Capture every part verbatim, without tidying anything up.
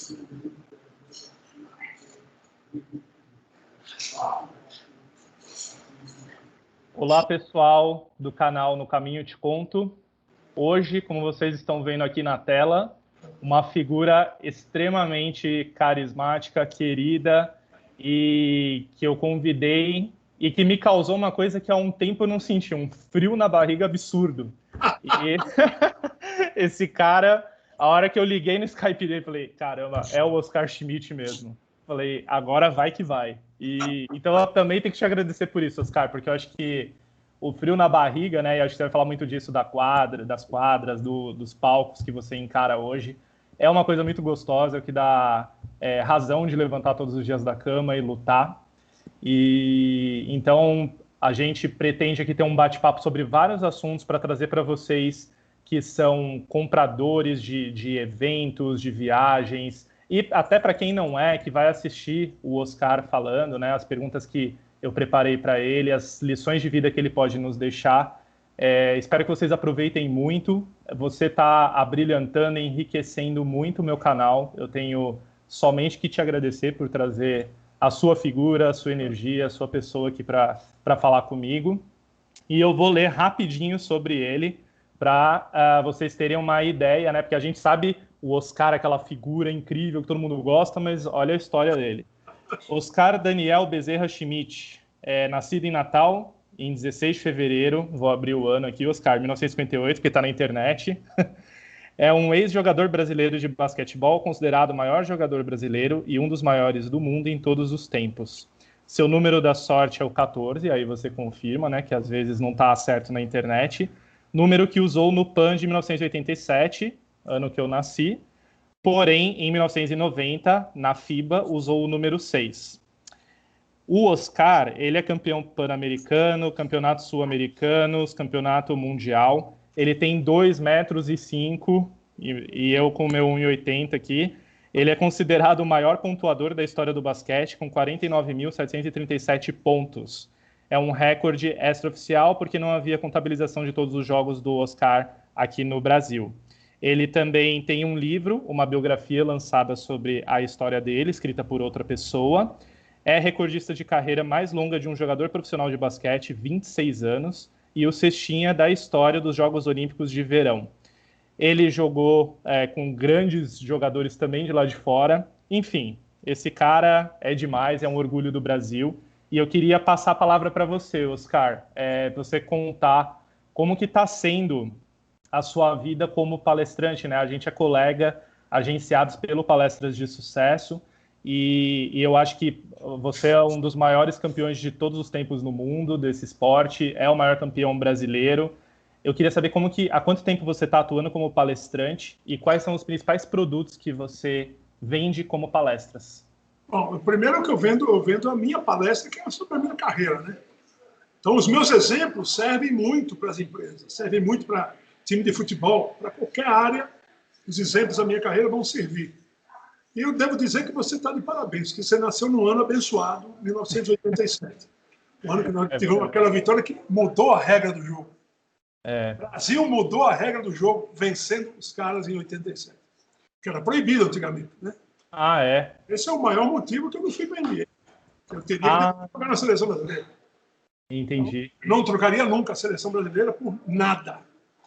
Olá, pessoal do canal No Caminho Te Conto. Hoje, como vocês estão vendo aqui na tela, uma figura extremamente carismática, querida, e que eu convidei e que me causou uma coisa que há um tempo eu não senti, um frio na barriga absurdo. E esse cara, a hora que eu liguei no Skype dele, falei, caramba, é o Oscar Schmidt mesmo. Falei, agora vai que vai. E, então eu também tenho que te agradecer por isso, Oscar, porque eu acho que o frio na barriga, né, e acho que você vai falar muito disso da quadra, das quadras, do, dos palcos que você encara hoje, é uma coisa muito gostosa, que dá é, razão de levantar todos os dias da cama e lutar. E então a gente pretende aqui ter um bate-papo sobre vários assuntos para trazer para vocês que são compradores de, de eventos, de viagens, e até para quem não é, que vai assistir o Oscar falando, né, as perguntas que eu preparei para ele, as lições de vida que ele pode nos deixar. É, espero que vocês aproveitem muito. Você está abrilhantando, enriquecendo muito o meu canal. Eu tenho somente que te agradecer por trazer a sua figura, a sua energia, a sua pessoa aqui para falar comigo. E eu vou ler rapidinho sobre ele para uh, vocês terem uma ideia, né? Porque a gente sabe o Oscar, aquela figura incrível que todo mundo gosta, mas olha a história dele. Oscar Daniel Bezerra Schmidt, é nascido em Natal, em dezesseis de fevereiro, vou abrir o ano aqui, Oscar, mil novecentos e cinquenta e oito, porque está na internet. É um ex-jogador brasileiro de basquetebol, considerado o maior jogador brasileiro e um dos maiores do mundo em todos os tempos. Seu número da sorte é o quatorze, aí você confirma, né, que às vezes não está certo na internet. Número que usou no PAN de mil novecentos e oitenta e sete, ano que eu nasci. Porém, em mil novecentos e noventa, na FIBA, usou o número seis. O Oscar, ele é campeão pan-americano, campeonato sul-americanos, campeonato mundial. Ele tem dois metros e cinco, e eu com o meu um e oitenta aqui. Ele é considerado o maior pontuador da história do basquete, com quarenta e nove mil setecentos e trinta e sete pontos. É um recorde extraoficial, porque não havia contabilização de todos os jogos do Oscar aqui no Brasil. Ele também tem um livro, uma biografia lançada sobre a história dele, escrita por outra pessoa. É recordista de carreira mais longa de um jogador profissional de basquete, vinte e seis anos, e o cestinha da história dos Jogos Olímpicos de Verão. Ele jogou é, com grandes jogadores também de lá de fora. Enfim, esse cara é demais, é um orgulho do Brasil. E eu queria passar a palavra para você, Oscar, é, você contar como que está sendo a sua vida como palestrante, né? A gente é colega, agenciados pelo Palestras de Sucesso, e, e eu acho que você é um dos maiores campeões de todos os tempos no mundo desse esporte, é o maior campeão brasileiro. Eu queria saber como que, há quanto tempo você está atuando como palestrante e quais são os principais produtos que você vende como palestras. Bom, o primeiro que eu vendo, eu vendo a minha palestra, que é sobre a minha carreira, né? Então, os meus exemplos servem muito para as empresas, servem muito para time de futebol, para qualquer área, os exemplos da minha carreira vão servir. E eu devo dizer que você está de parabéns, que você nasceu num ano abençoado, mil novecentos e oitenta e sete. O ano que nós é tivemos aquela vitória que mudou a regra do jogo. É. O Brasil mudou a regra do jogo, vencendo os caras em oitenta e sete. Que era proibido antigamente, né? Ah, é? Esse é o maior motivo que eu não fui para a N B A. Eu teria ah. que jogar na seleção brasileira. Entendi. Não, não trocaria nunca a seleção brasileira por nada.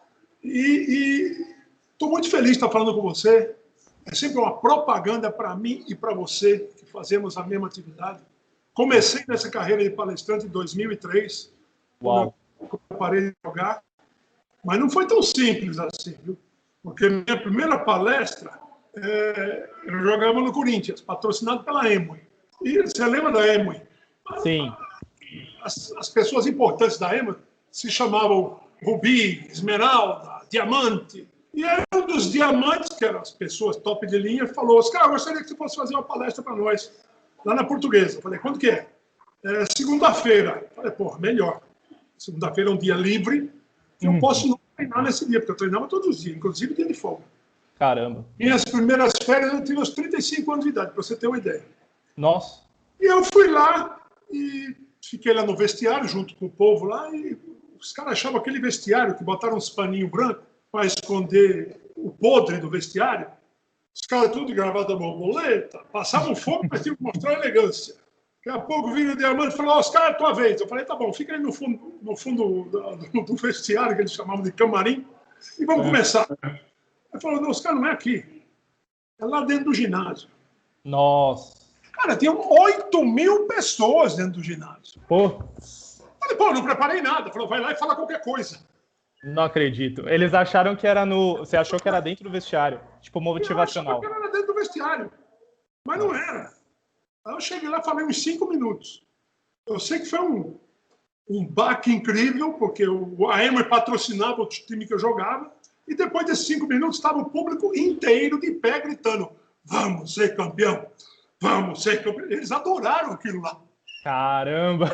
E estou muito feliz de estar falando com você. É sempre uma propaganda para mim e para você, que fazemos a mesma atividade. Comecei nessa carreira de palestrante em dois mil e três, Uau. quando eu parei de jogar. Mas não foi tão simples assim, viu? Porque minha primeira palestra, é, eu jogava no Corinthians, patrocinado pela Amway. E você lembra da Amway? Sim. As, as pessoas importantes da Amway se chamavam Rubi, Esmeralda, Diamante. E era um dos diamantes, que eram as pessoas top de linha, falou: Oscar, eu gostaria que você fosse fazer uma palestra para nós, lá na Portuguesa. Eu falei: quando que é? É segunda-feira. Eu falei: pô, melhor. Segunda-feira é um dia livre, e eu hum. posso não treinar nesse dia, porque eu treinava todos os dias, inclusive dia de folga. Caramba. Minhas primeiras férias eu tive uns trinta e cinco anos de idade, para você ter uma ideia. Nossa. E eu fui lá e fiquei lá no vestiário, junto com o povo lá, e os caras achavam aquele vestiário que botaram uns paninhos brancos para esconder o podre do vestiário. Os caras tudo de gravata borboleta, passavam fogo, mas tinham que mostrar elegância. Daqui a pouco vinha o Diamante e falou, Oscar, é tua vez. Eu falei, tá bom, fica aí no fundo, no fundo do, do vestiário, que eles chamavam de camarim, e vamos é. começar. Ele falou, não, Oscar, não é aqui. É lá dentro do ginásio. Nossa. Cara, tinham oito mil pessoas dentro do ginásio. Pô. Eu falei, pô, não preparei nada. Falou, vai lá e fala qualquer coisa. Não acredito. Eles acharam que era no... Você achou que era dentro do vestiário? Tipo, motivacional. Eu achava que era dentro do vestiário. Mas não era. Aí eu cheguei lá e falei uns cinco minutos. Eu sei que foi um, um baque incrível, porque o, a Emer patrocinava o time que eu jogava. E depois desses cinco minutos estava o público inteiro de pé gritando, vamos ser campeão, vamos ser campeão. Eles adoraram aquilo lá. Caramba!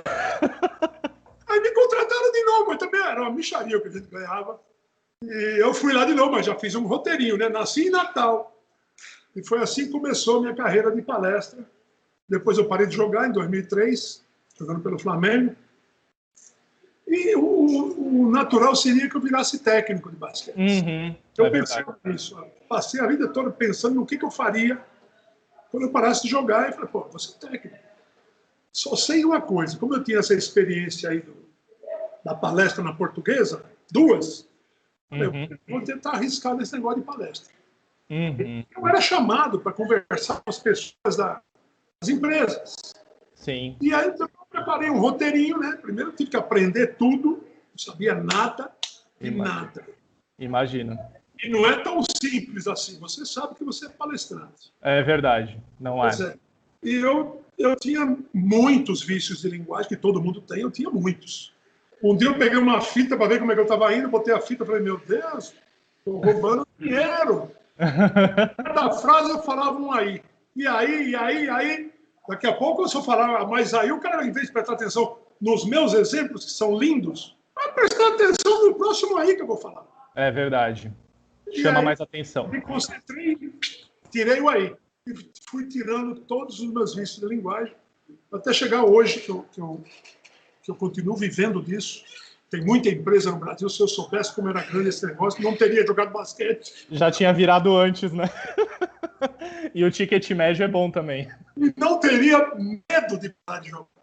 Aí me contrataram de novo, mas também era uma mixaria que a gente ganhava. E eu fui lá de novo, mas já fiz um roteirinho, né? Nasci em Natal. E foi assim que começou a minha carreira de palestra. Depois eu parei de jogar em dois mil e três, jogando pelo Flamengo. E o, o natural seria que eu virasse técnico de basquete. Uhum, eu é pensei nisso. Passei a vida toda pensando no que, que eu faria quando eu parasse de jogar. E falei, pô, vou ser técnico. Só sei uma coisa. Como eu tinha essa experiência aí do, da palestra na Portuguesa, duas, uhum. eu vou tentar arriscar nesse negócio de palestra. Uhum. Eu era chamado para conversar com as pessoas da, das empresas. Sim. E aí eu preparei um roteirinho, né? Primeiro eu tive que aprender tudo, não sabia nada de Imagina. nada. Imagina. E não é tão simples assim. Você sabe que você é palestrante. É verdade, não é. é. E eu, eu tinha muitos vícios de linguagem, que todo mundo tem, eu tinha muitos. Um dia eu peguei uma fita para ver como é que eu estava indo, botei a fita e falei, meu Deus, estou roubando dinheiro. Cada frase eu falava um aí. E aí, e aí, e aí. Daqui a pouco eu só falava, mas aí o cara, em vez de prestar atenção nos meus exemplos, que são lindos, vai prestar atenção no próximo aí que eu vou falar. É verdade. Chama aí, mais atenção. Me concentrei, tirei o aí. E fui tirando todos os meus vícios de linguagem, até chegar hoje, que eu, que eu, que eu continuo vivendo disso. Tem muita empresa no Brasil, se eu soubesse como era grande esse negócio, não teria jogado basquete. Já tinha virado antes, né? E o ticket médio é bom também. E não teria medo de parar de jogar.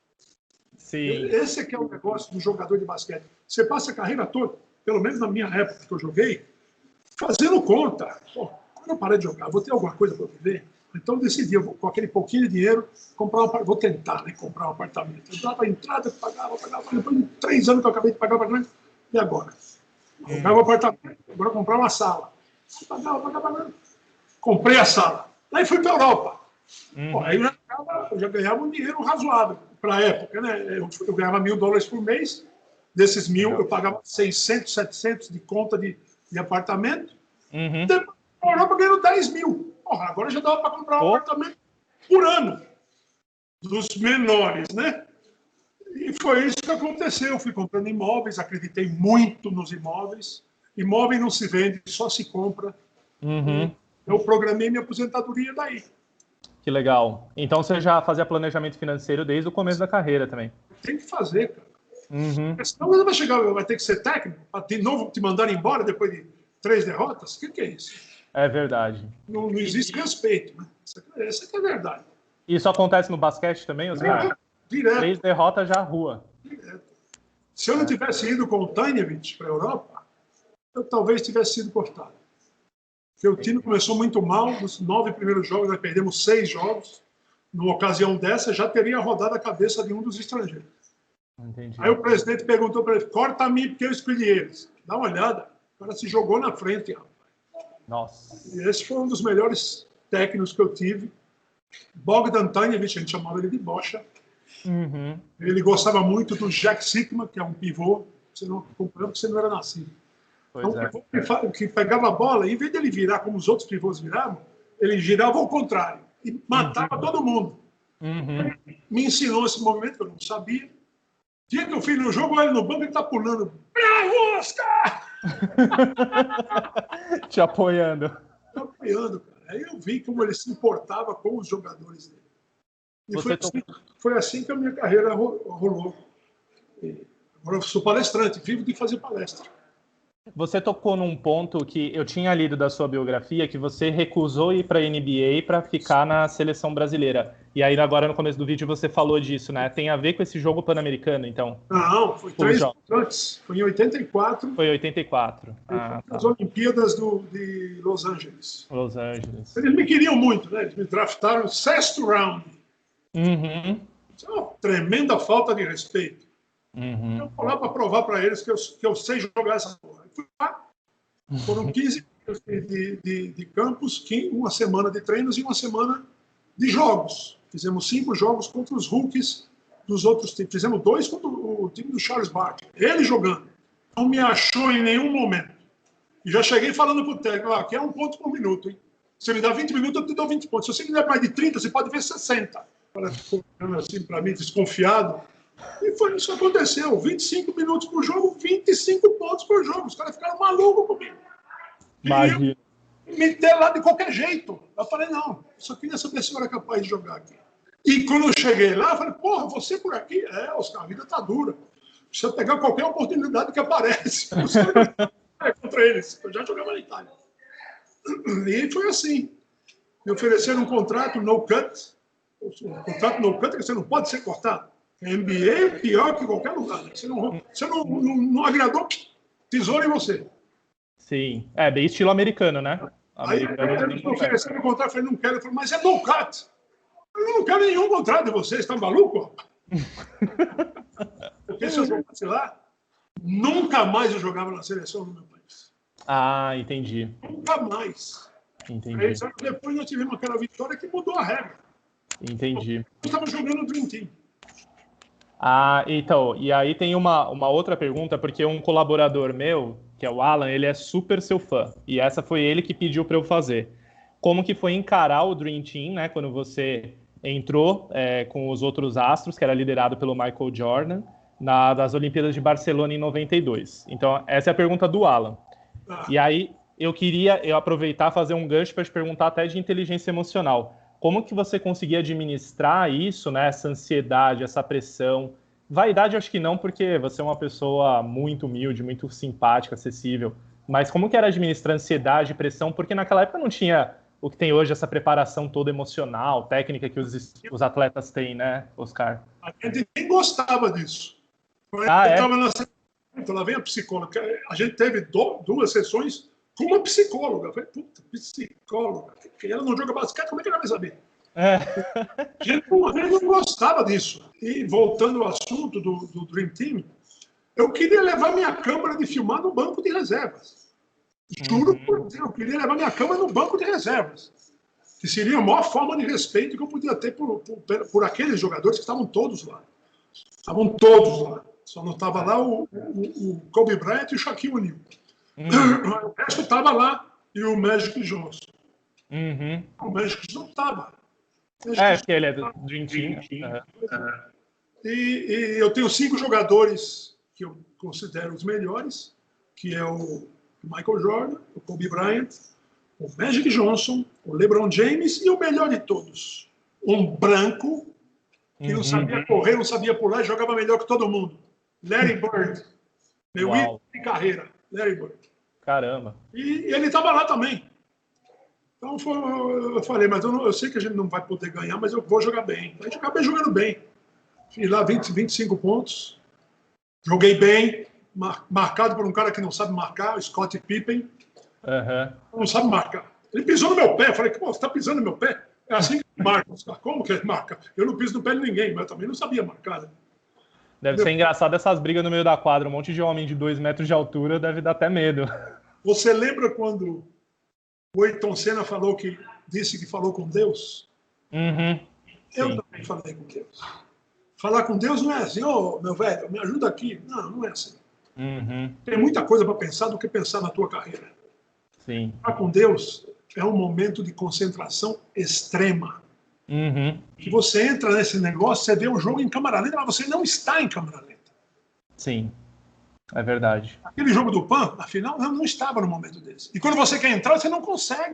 Sim. Esse é que é o negócio do jogador de basquete. Você passa a carreira toda, pelo menos na minha época que eu joguei, fazendo conta. Pô, quando eu parei de jogar, vou ter alguma coisa para viver? Então eu decidi, eu vou, com aquele pouquinho de dinheiro, comprar um, vou tentar né, comprar um apartamento. Eu dava a entrada, pagava, pagava. Depois de três anos que eu acabei de pagar o apartamento, e agora? Pagava o apartamento, agora comprar uma sala. Pagava, pagava, pagava. Comprei a sala. Daí fui para a Europa. Uhum. Pô, aí eu já, ganhava, eu já ganhava um dinheiro razoável para a época. Né? Eu, eu ganhava mil dólares por mês. Desses mil, eu pagava seiscentos, setecentos de conta de, de apartamento. Uhum. Depois, na Europa, ganhando dez mil. Porra, agora já dava para comprar um oh. apartamento por ano. Dos menores, né? E foi isso que aconteceu. Eu fui comprando imóveis, acreditei muito nos imóveis. Imóvel não se vende, só se compra. Uhum. Eu programei minha aposentadoria daí. Que legal. Então você já fazia planejamento financeiro desde o começo da carreira também. Tem que fazer, cara. Uhum. Senão você vai chegar, vai ter que ser técnico, para de novo te mandar embora depois de três derrotas? O que, que é isso? É verdade. Não, não existe e... respeito, né? Essa é, é a verdade. Isso acontece no basquete também, Oscar? É, direto. Três derrotas já rua. Direto. Se eu não tivesse ido com o Tanjevic para a Europa, eu talvez tivesse sido cortado. Porque o time começou muito mal, nos nove primeiros jogos, nós perdemos seis jogos. Numa ocasião dessa, já teria rodado a cabeça de um dos estrangeiros. Entendi. Aí o presidente perguntou para ele, corta a mim porque eu escolhi eles. Dá uma olhada, o cara se jogou na frente. Rapaz. Nossa. E esse foi um dos melhores técnicos que eu tive. Bogdan Tanjevic, a gente chamava ele de Bocha. Uhum. Ele gostava muito do Jack Sikma, que é um pivô. Você não acompanhou porque você não era nascido. Pois então, é. o pivô que pegava a bola, em vez de ele virar como os outros pivôs viravam, ele girava ao contrário e matava uhum. todo mundo. Uhum. Me ensinou esse movimento que eu não sabia. Dia que eu fui no jogo, ele no banco, ele tá pulando. Bravo, Oscar! Te apoiando. Te apoiando, cara. Aí eu vi como ele se importava com os jogadores dele. E foi assim, foi assim que a minha carreira rolou. E agora eu sou palestrante, vivo de fazer palestra. Você tocou num ponto que eu tinha lido da sua biografia, que você recusou ir para a N B A para ficar na seleção brasileira. E aí agora no começo do vídeo você falou disso, né? Tem a ver com esse jogo pan-americano, então? Não, foi três anos antes. Foi em oitenta e quatro. Foi em oitenta e quatro. Ah, As tá. Olimpíadas do, de Los Angeles. Los Angeles. Eles me queriam muito, né? Eles me draftaram no sexto round. Uhum. Isso é uma tremenda falta de respeito. Uhum. Eu vou lá para provar para eles que eu, que eu sei jogar essa porra. Eu fui lá, foram quinze dias de, de, de campos, uma semana de treinos e uma semana de jogos. Fizemos cinco jogos contra os rookies dos outros times. Fizemos dois contra o time do Charles Barkley. Ele jogando. Não me achou em nenhum momento. E já cheguei falando para o técnico, aqui é um ponto por minuto, hein? Se me dá vinte minutos, eu te dou vinte pontos. Se você me der mais de trinta, você pode ver sessenta. Ela ficou olhando assim para mim, desconfiado. E foi isso que aconteceu. vinte e cinco minutos por jogo, vinte e cinco pontos por jogo. Os caras ficaram malucos comigo. Imagina. Me deram lá de qualquer jeito. Eu falei, não, só queria saber se eu era capaz de jogar aqui. E quando eu cheguei lá, eu falei, porra, você por aqui? É, Oscar, a vida tá dura. Precisa pegar qualquer oportunidade que aparece. É contra eles. Eu já jogava na Itália. E foi assim. Me ofereceram um contrato no cut. Um contrato no cut que você não pode ser cortado. A N B A é pior que qualquer lugar. Né? Você, não, você não, não, não agradou, tesouro em você. Sim. É bem estilo americano, né? Americano, aí eles me ofereceram um contrato. Eu falei, não quero. Eu falei, mas é no cut. Eu não quero nenhum contrato de vocês. Está maluco? Porque se eu jogasse lá, nunca mais eu jogava na seleção do meu país. Ah, entendi. Nunca mais. Entendi. Aí, só que depois nós tivemos aquela vitória que mudou a regra. Entendi. Eu estava jogando o Dream Team. Ah, então, e aí tem uma, uma outra pergunta, porque um colaborador meu, que é o Alan, ele é super seu fã. E essa foi ele que pediu para eu fazer. Como que foi encarar o Dream Team, né? Quando você entrou é, com os outros astros, que era liderado pelo Michael Jordan, na, das Olimpíadas de Barcelona em noventa e dois. Então, essa é a pergunta do Alan. Ah. E aí, eu queria eu aproveitar, fazer um gancho para te perguntar até de inteligência emocional. Como que você conseguia administrar isso, né? Essa ansiedade, essa pressão? Vaidade, acho que não, porque você é uma pessoa muito humilde, muito simpática, acessível. Mas como que era administrar ansiedade e pressão? Porque naquela época não tinha o que tem hoje, essa preparação toda emocional, técnica que os, os atletas têm, né, Oscar? A gente nem gostava disso. Quando Ah, eu é? estava na então lá vem a psicóloga. A gente teve do, duas sessões com uma psicóloga. Eu falei, puta, psicóloga. Ela não joga basquete, como é que ela vai saber? É. A gente não, a gente não gostava disso. E voltando ao assunto do, do Dream Team, eu queria levar minha câmera de filmar no banco de reservas. Juro uhum. por Deus, eu queria levar minha câmera no banco de reservas. Que seria a maior forma de respeito que eu podia ter por, por, por aqueles jogadores que estavam todos lá. Estavam todos lá. Só não estava lá o, o, o Kobe Bryant e o Shaquille O'Neal. Uhum. O resto estava lá e o Magic Johnson. Uhum. O Magic não estava. É, porque ele é do Dream Team. Uhum. E, e eu tenho cinco jogadores que eu considero os melhores, que é o Michael Jordan, o Kobe Bryant, o Magic Johnson, o LeBron James e o melhor de todos, um branco que não sabia correr, não sabia pular e jogava melhor que todo mundo. Larry Bird. Meu ídolo de carreira, Larry Bird. Caramba. E ele estava lá também. Então foi, eu falei, mas eu, não, eu sei que a gente não vai poder ganhar, mas eu vou jogar bem. A gente acabei jogando bem. Fiz lá vinte, vinte e cinco pontos. Joguei bem, mar, marcado por um cara que não sabe marcar, o Scottie Pippen. Uhum. Não sabe marcar. Ele pisou no meu pé. Eu falei, pô, você está pisando no meu pé? É assim que marca. Como que ele marca? Eu não piso no pé de ninguém, mas eu também não sabia marcar. Né? Deve Entendeu? Ser engraçado essas brigas no meio da quadra. Um monte de homem de dois metros de altura deve dar até medo. Você lembra quando o Ayrton Senna falou que, disse que falou com Deus? Uhum. Eu Sim. também falei com Deus. Falar com Deus não é assim, ô oh, meu velho, me ajuda aqui. Não, não é assim. Uhum. Tem muita coisa para pensar do que pensar na tua carreira. Sim. Falar com Deus é um momento de concentração extrema. Uhum. Que você entra nesse negócio, você vê o jogo em câmera lenta, mas você não está em câmera lenta. Sim, é verdade. Aquele jogo do P A N, afinal, eu não estava no momento desse. E quando você quer entrar, você não consegue.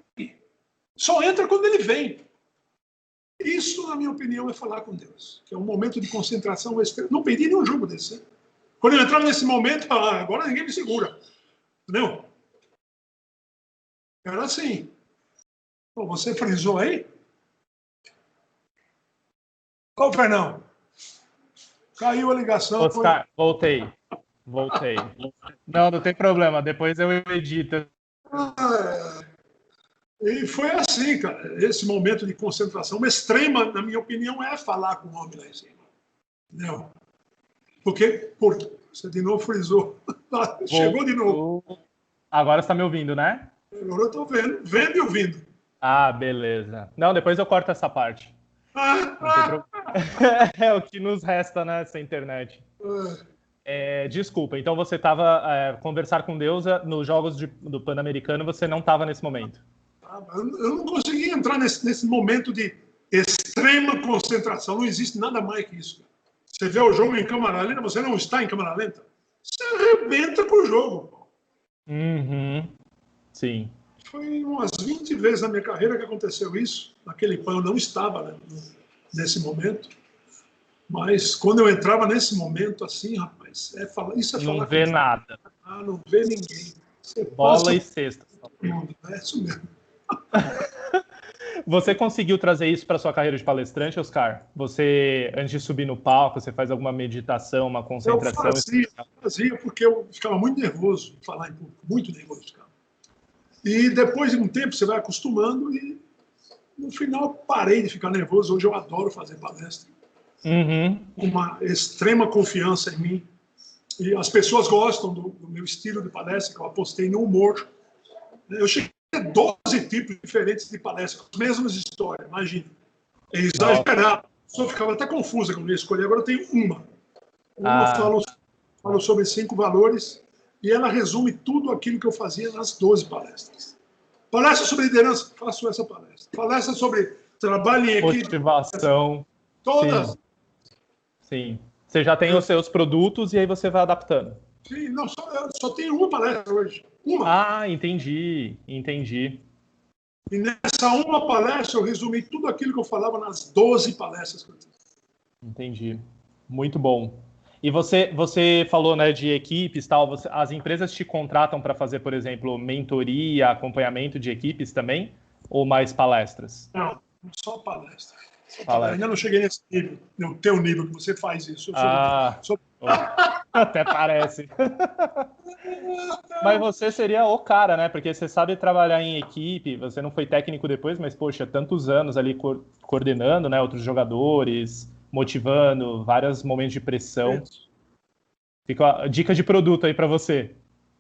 Só entra quando ele vem. Isso, na minha opinião, é falar com Deus. Que é um momento de concentração extrema. Não perdi nenhum jogo desse. Hein? Quando eu entrar nesse momento, ah, agora ninguém me segura. Entendeu? Era assim. Pô, você frisou aí? Ô, Fernão, caiu a ligação. Oscar, voltei. Voltei. Não, não tem problema. Depois eu edito. Ah, e foi assim, cara. Esse momento de concentração uma extrema, na minha opinião, é falar com o homem lá em cima. Entendeu? Porque, porque você de novo frisou. Chegou de novo. Agora você está me ouvindo, né? Agora eu estou vendo, vendo e ouvindo. Ah, beleza. Não, depois eu corto essa parte. Ah, Pro... é o que nos resta nessa internet. É, desculpa, então você estava é, conversar com Deus nos jogos de, do Pan-Americano, você não estava nesse momento? Eu não consegui entrar nesse, nesse momento de extrema concentração. Não existe nada mais que isso. Você vê o jogo em câmera lenta, você não está em câmera lenta, você arrebenta com o jogo. Uhum. Sim. Foi umas vinte vezes na minha carreira que aconteceu isso. Naquele Pan eu não estava, né, nesse momento. Mas quando eu entrava nesse momento, assim, rapaz, é falar, isso é falar. Não vê nada. Ah, não vê ninguém. Você Bola passa... e cesta. É isso mesmo. Você conseguiu trazer isso para sua carreira de palestrante, Oscar? Você, antes de subir no palco, você faz alguma meditação, uma concentração? Eu fazia, fazia porque eu ficava muito nervoso de falar em público, muito nervoso. Cara. E depois de um tempo você vai acostumando e no final parei de ficar nervoso. Hoje eu adoro fazer palestra. Uhum. Uma extrema confiança em mim. E as pessoas gostam do, do meu estilo de palestra, que eu apostei no humor. Eu cheguei a ter doze tipos diferentes de palestras, as mesmas histórias, imagina. É exagerado. A pessoa ficava até confusa quando eu escolhi. Agora eu tenho uma. Uma ah. falo, falo sobre cinco valores e ela resume tudo aquilo que eu fazia nas doze palestras. Palestra sobre liderança, faço essa palestra. Palestra sobre trabalho em equipe. Motivação. Todas. Sim. Sim. Você já tem os seus produtos e aí você vai adaptando. Sim, não, só, só tenho uma palestra hoje. Uma. Ah, entendi, entendi. E nessa uma palestra eu resumi tudo aquilo que eu falava nas doze palestras que eu tive. Entendi. Muito bom. E você, você falou, né, de equipes, tal. Você, as empresas te contratam para fazer, por exemplo, mentoria, acompanhamento de equipes também? Ou mais palestras? Não, só palestra. Só palestra. Ainda não cheguei nesse nível, no teu nível que você faz isso. Eu ah, sou... até parece. Mas você seria o cara, né? Porque você sabe trabalhar em equipe, você não foi técnico depois, mas, poxa, tantos anos ali co- coordenando, né, outros jogadores, motivando, vários momentos de pressão. Isso. Fica a dica de produto aí para você.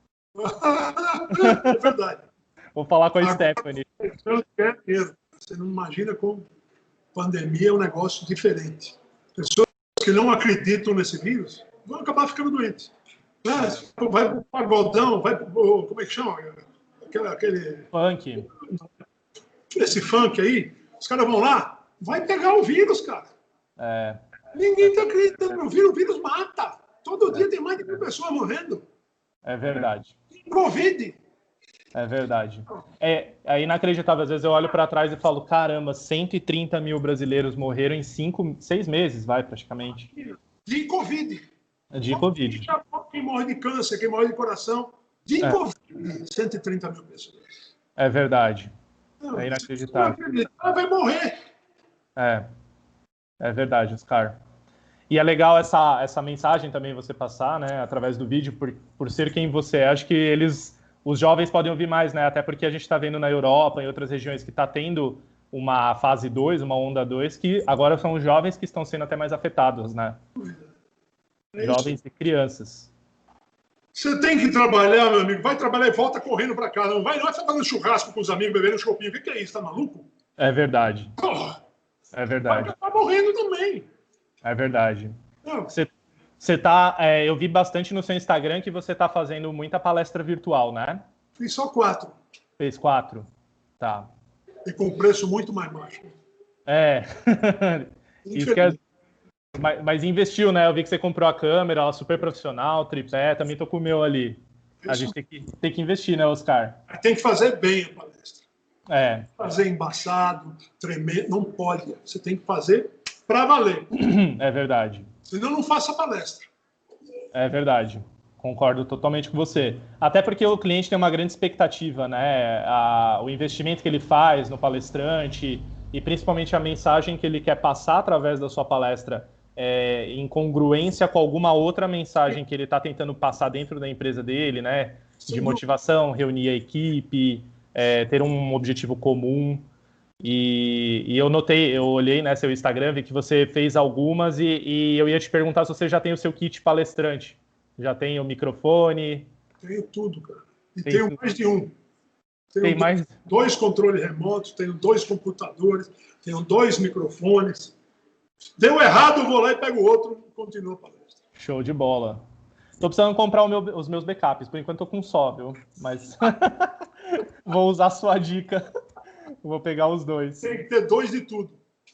É verdade. Vou falar com a Agora, Stephanie. Você não imagina como pandemia é um negócio diferente. Pessoas que não acreditam nesse vírus vão acabar ficando doentes. É. Vai pro pagodão, vai pro, como é que chama? Aquele, aquele... Funk. Esse funk aí, os caras vão lá, vai pegar o vírus, cara. É. Ninguém está acreditando no vírus, o vírus mata. Todo dia tem mais de mil pessoas morrendo. É verdade. Covid. É verdade. É, é inacreditável. Às vezes eu olho para trás e falo, caramba, cento e trinta mil brasileiros morreram em cinco, seis meses, vai, praticamente. De Covid. De Covid. Quem morre de câncer, quem morre de coração. De é. Covid. cento e trinta mil pessoas. É verdade. Não, é inacreditável. Ela vai morrer. É. É verdade, Oscar. E é legal essa, essa mensagem também você passar, né, através do vídeo, por, por ser quem você é. Acho que eles, os jovens podem ouvir mais, né, até porque a gente está vendo na Europa, em outras regiões, que está tendo uma fase dois, uma onda dois, que agora são os jovens que estão sendo até mais afetados, né? É jovens e crianças. Você tem que trabalhar, meu amigo. Vai trabalhar e volta correndo para casa. Não vai, não vai ficar fazendo churrasco com os amigos, bebendo um chopinho. O que, que é isso? Tá maluco? É verdade. Porra. É verdade. Vai acabar morrendo também. É verdade. Você, você tá, é, eu vi bastante no seu Instagram que você está fazendo muita palestra virtual, né? Fiz só quatro. Fez quatro? Tá. E com preço muito mais baixo. É. Isso que é... mas, mas investiu, né? Eu vi que você comprou a câmera, ela super profissional, tripé, também tô com o meu ali. Isso. A gente tem que, tem que investir, né, Oscar? Tem que fazer bem a palestra. É. Fazer embaçado, tremer, não pode. Você tem que fazer para valer. É verdade. Senão não faça palestra. É verdade. Concordo totalmente com você. Até porque o cliente tem uma grande expectativa, né? A, o investimento que ele faz no palestrante e principalmente a mensagem que ele quer passar através da sua palestra é, em congruência com alguma outra mensagem que ele está tentando passar dentro da empresa dele, né? De motivação, reunir a equipe, é, ter um objetivo comum. E, e eu notei, eu olhei, né, seu Instagram, vi que você fez algumas e, e eu ia te perguntar se você já tem o seu kit palestrante. Já tem o microfone? Tenho tudo, cara. E tem tenho tudo. mais de um. Tenho tem mais... dois controles remotos, tenho dois computadores, tenho dois microfones. Deu errado, eu vou lá e pego o outro e continuo a palestra. Show de bola. Tô precisando comprar o meu, os meus backups. Por enquanto tô com só, viu? Mas vou usar a sua dica. Vou pegar os dois. Tem que ter dois de tudo.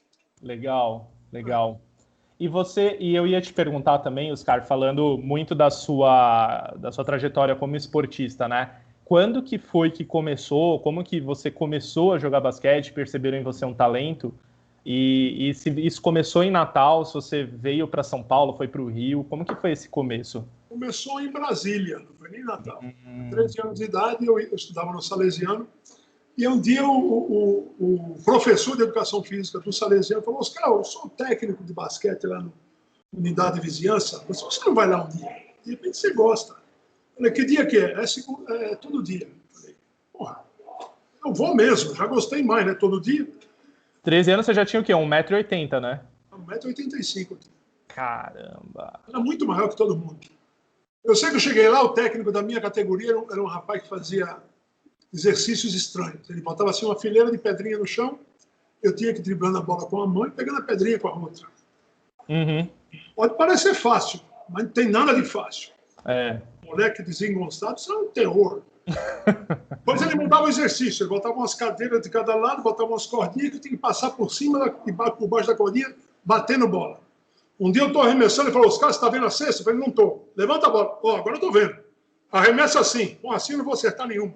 Legal, legal. E você, e eu ia te perguntar também, Oscar, falando muito da sua, da sua trajetória como esportista, né? Quando que foi que começou, como que você começou a jogar basquete, perceberam em você um talento? E, e se isso começou em Natal, se você veio para São Paulo, foi para o Rio, como que foi esse começo? Começou em Brasília, não foi nem em Natal. Hum. treze anos de idade, eu, eu estudava no Salesiano, e um dia o, o, o professor de Educação Física do Salesiano falou: Oscar, eu sou técnico de basquete lá na unidade de vizinhança, mas você não vai lá um dia? De repente você gosta. Eu falei: que dia que é? É, segundo, é todo dia. Eu falei: porra, eu vou mesmo, já gostei mais, né? Todo dia. treze anos você já tinha o quê? um metro e oitenta, né? um metro e oitenta e cinco. Caramba! Era muito maior que todo mundo. Eu sei que eu cheguei lá, o técnico da minha categoria era um, era um rapaz que fazia exercícios estranhos. Ele botava assim uma fileira de pedrinha no chão, eu tinha que driblando a bola com a mão e pegando a pedrinha com a outra. Uhum. Pode parecer fácil, mas não tem nada de fácil. É. Moleque desengonçado, isso é um terror. Depois ele mudava o exercício, ele botava umas cadeiras de cada lado, botava umas cordinhas que tinha que passar por cima e por baixo da cordinha, batendo bola. Um dia eu estou arremessando e falou: Oscar, você está vendo a cesta? Eu falei: não estou. Levanta a bola. Ó, oh, agora eu estou vendo. Arremessa assim. Bom, assim eu não vou acertar nenhuma.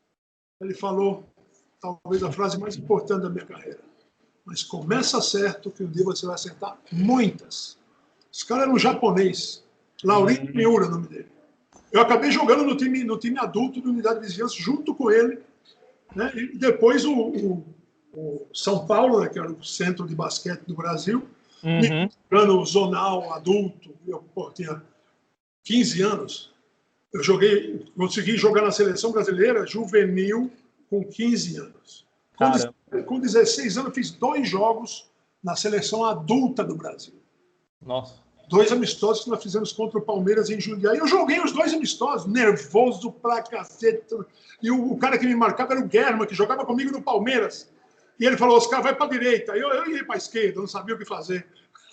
Ele falou, talvez a frase mais importante da minha carreira: mas começa certo que um dia você vai acertar muitas. Esse cara era um japonês, Laurindo Miura, o nome dele. Eu acabei jogando no time, no time adulto da unidade de vizinhança junto com ele, né? E depois o, o, o São Paulo, né, que era o centro de basquete do Brasil, uhum. jogando o zonal adulto. Eu pô, tinha quinze anos. Eu joguei, consegui jogar na seleção brasileira juvenil com quinze anos. Com, com dezesseis anos, eu fiz dois jogos na seleção adulta do Brasil. Nossa. Dois amistosos que nós fizemos contra o Palmeiras em Jundiaí. Eu joguei os dois amistosos, nervoso pra cacete. E o, o cara que me marcava era o Guerma, que jogava comigo no Palmeiras. E ele falou: Oscar, vai pra direita. Eu, eu ia pra esquerda, eu não sabia o que fazer.